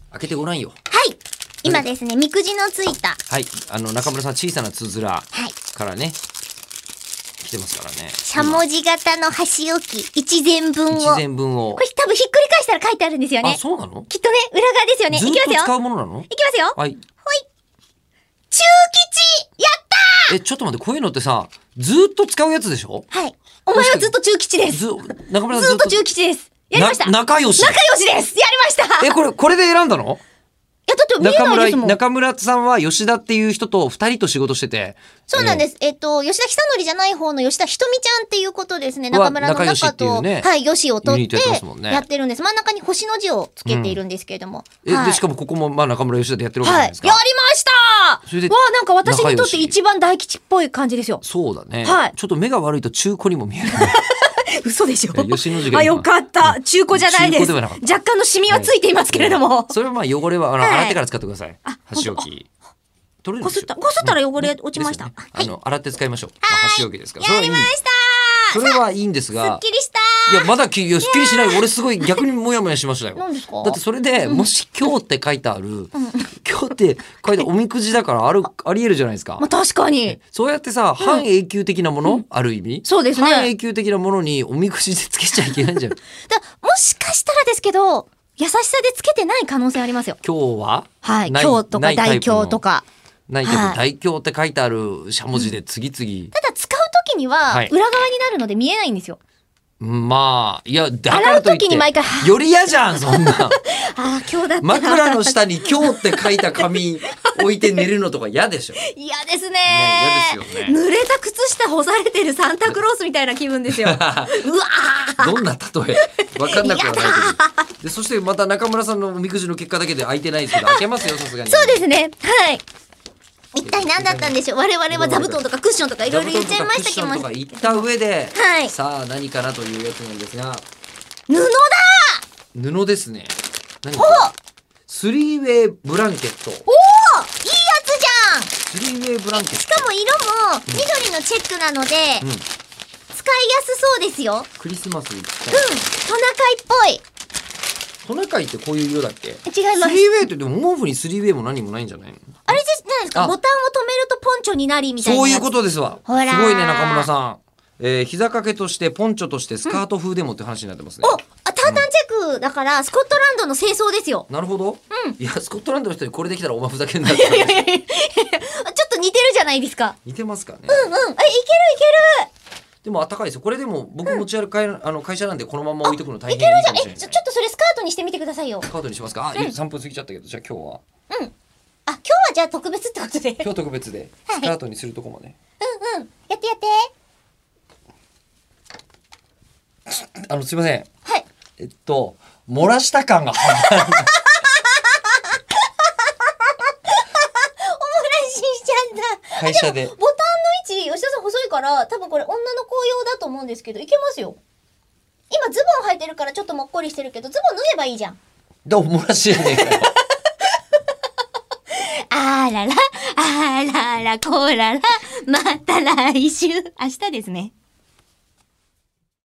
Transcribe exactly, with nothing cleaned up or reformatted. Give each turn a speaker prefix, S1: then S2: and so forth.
S1: 開けてごらんよ。
S2: はい。今ですね、みくじのついた。
S1: はい。あの、中村さん、小さなつづら
S2: はい。
S1: からね、来てますからね。
S2: しゃもじ型の箸置き、一膳分を。
S1: 一膳分を。
S2: これ多分ひっくり返したら書いてあるんですよね。
S1: あ、そうなの？
S2: きっとね、裏側ですよね。いきますよ。
S1: ずっと使うものなの？
S2: いきますよ。
S1: はい。
S2: ほい。中吉やったー。
S1: え、ちょっと待って、こういうのってさ、ずっと使うやつでしょ？
S2: はい。お前はずっと中吉です。
S1: ず、中村さん
S2: ずっと中吉です。やりました。
S1: 仲良し。
S2: 仲良しです。やりました。
S1: え、これ、これで選んだの？
S2: いや、だって見えないですもん。
S1: 中村さんは吉田っていう人と二人と仕事してて。
S2: そうなんです。えっと、吉田久典じゃない方の吉田ひとみちゃんっていうことですね。中村の中と、
S1: ね、
S2: はい、よしを取って
S1: や
S2: やってるんです。真ん中に星の字をつけているんですけれども。
S1: うん、え、で、しかもここも、まあ中村吉田でやってるわけじゃないですか。
S2: はい、やりましたそれでわあ、なんか私にとって一番大吉っぽい感じですよ。
S1: そうだね。
S2: はい。
S1: ちょっと目が悪いと中古にも見える。
S2: 嘘でしょ。
S1: 吉野字が
S2: あ、よかった。中古じゃないです。若干のシミはついていますけれども。
S1: はい、それはまあ汚れは、あの、洗ってから使ってください。箸置き。
S2: 取れるんですよ。こすったら汚れ落ちました。
S1: あの、洗って使いましょう。箸置きですから。
S2: やりました。
S1: それはいいんですが。
S2: すっきりした。
S1: いや、まだき、いや、すっきりしない。俺すごい逆にモヤモヤしましたよ。
S2: 何ですか？
S1: だってそれで、もし今日って書いてある、今日って書いておみくじだからある、ありえるじゃないですか。
S2: まあ確かに。
S1: そうやってさ、半永久的なもの、ある意味。
S2: そうですね。
S1: 半永久的なものにおみくじでつけちゃいけないんじゃん。だ
S2: もしかしたらですけど、優しさでつけてない可能性ありますよ。
S1: 今日は
S2: はい。今日とか大凶とか。
S1: ないけど、大凶って書いてあるしゃもじで次々。
S2: ただ使う時には、裏側になるので見えないんですよ。
S1: まあ、いや、だからといって、より嫌じゃん、そんな。
S2: ああ、今日だったな。
S1: 枕の下に今日って書いた紙置いて寝るのとか嫌でしょ。
S2: 嫌ですね。
S1: 嫌ですよね。
S2: 濡れた靴下干されてるサンタクロースみたいな気分ですよ。うわ
S1: どんな例えわかんなくはないけど。で、そしてまた中村さんのおみくじの結果だけで開いてないですけど、開けますよ、さすがに。
S2: そうですね。はい。一体何だったんでしょう。我々は座布団とかクッションとかいろいろ言っちゃいましたけども。
S1: 言った上で、
S2: はい、
S1: さあ何かなというやつなんですが、
S2: 布だ。
S1: 布ですね。何これ？スリーウェイブランケット。おお、いいや
S2: つ
S1: じゃん。スリーウェイブランケット。
S2: しかも色も緑のチェックなので、うん、使いやすそうですよ。
S1: クリスマスに使
S2: う。うん、トナカイっぽい。
S1: トナカイってこういう色だっけ？
S2: 違います。
S1: スリーウェイってでも毛布にスリーウェイも何もないんじゃないの？
S2: あれじゃないですか。ボタンを止めるとポンチョになりみたいな。
S1: そういうことですわ。
S2: ほら
S1: すごいね中村さん。えー、膝掛けとしてポンチョとしてスカート風でもって話になってますね。
S2: うん、お、あ、タータンチェックだから、うん、スコットランドの清掃ですよ。
S1: なるほど。
S2: うん。
S1: いやスコットランドの人にこれできたらお前ふざけんなって。
S2: いやいやいやちょっと似てるじゃないですか。
S1: 似てますかね。
S2: うんうん。え、いけるいける。
S1: でも暖かいですよ。これでも僕持ち歩く会、うん、あの会社なんでこのまま置いとくの大変いい
S2: かもしれない。いけるじゃん。え、ちょっとそれスカートにしてみてくださいよ。
S1: スカートにしますか。あ、うん、さんぷん過ぎちゃったけど、じゃあ今日は。
S2: うん。あ、今日はじゃあ特別ってことで。
S1: 今日特別でスカートにするとこまで。はい、
S2: うんうん。やってやって。
S1: あのすいません。
S2: はい。
S1: えっと漏らした感が。お漏ら
S2: ししちゃった。
S1: 会社で。
S2: ボタンの位置、吉田さん細いから多分これ女の子用だと思うんですけど、いけますよ。今ズボン履いてるからちょっともっこりしてるけど、ズボン脱げばいいじゃん。
S1: どう漏らしやねんかよ。
S2: あらら、あらら、こらら、また来週。明日ですね。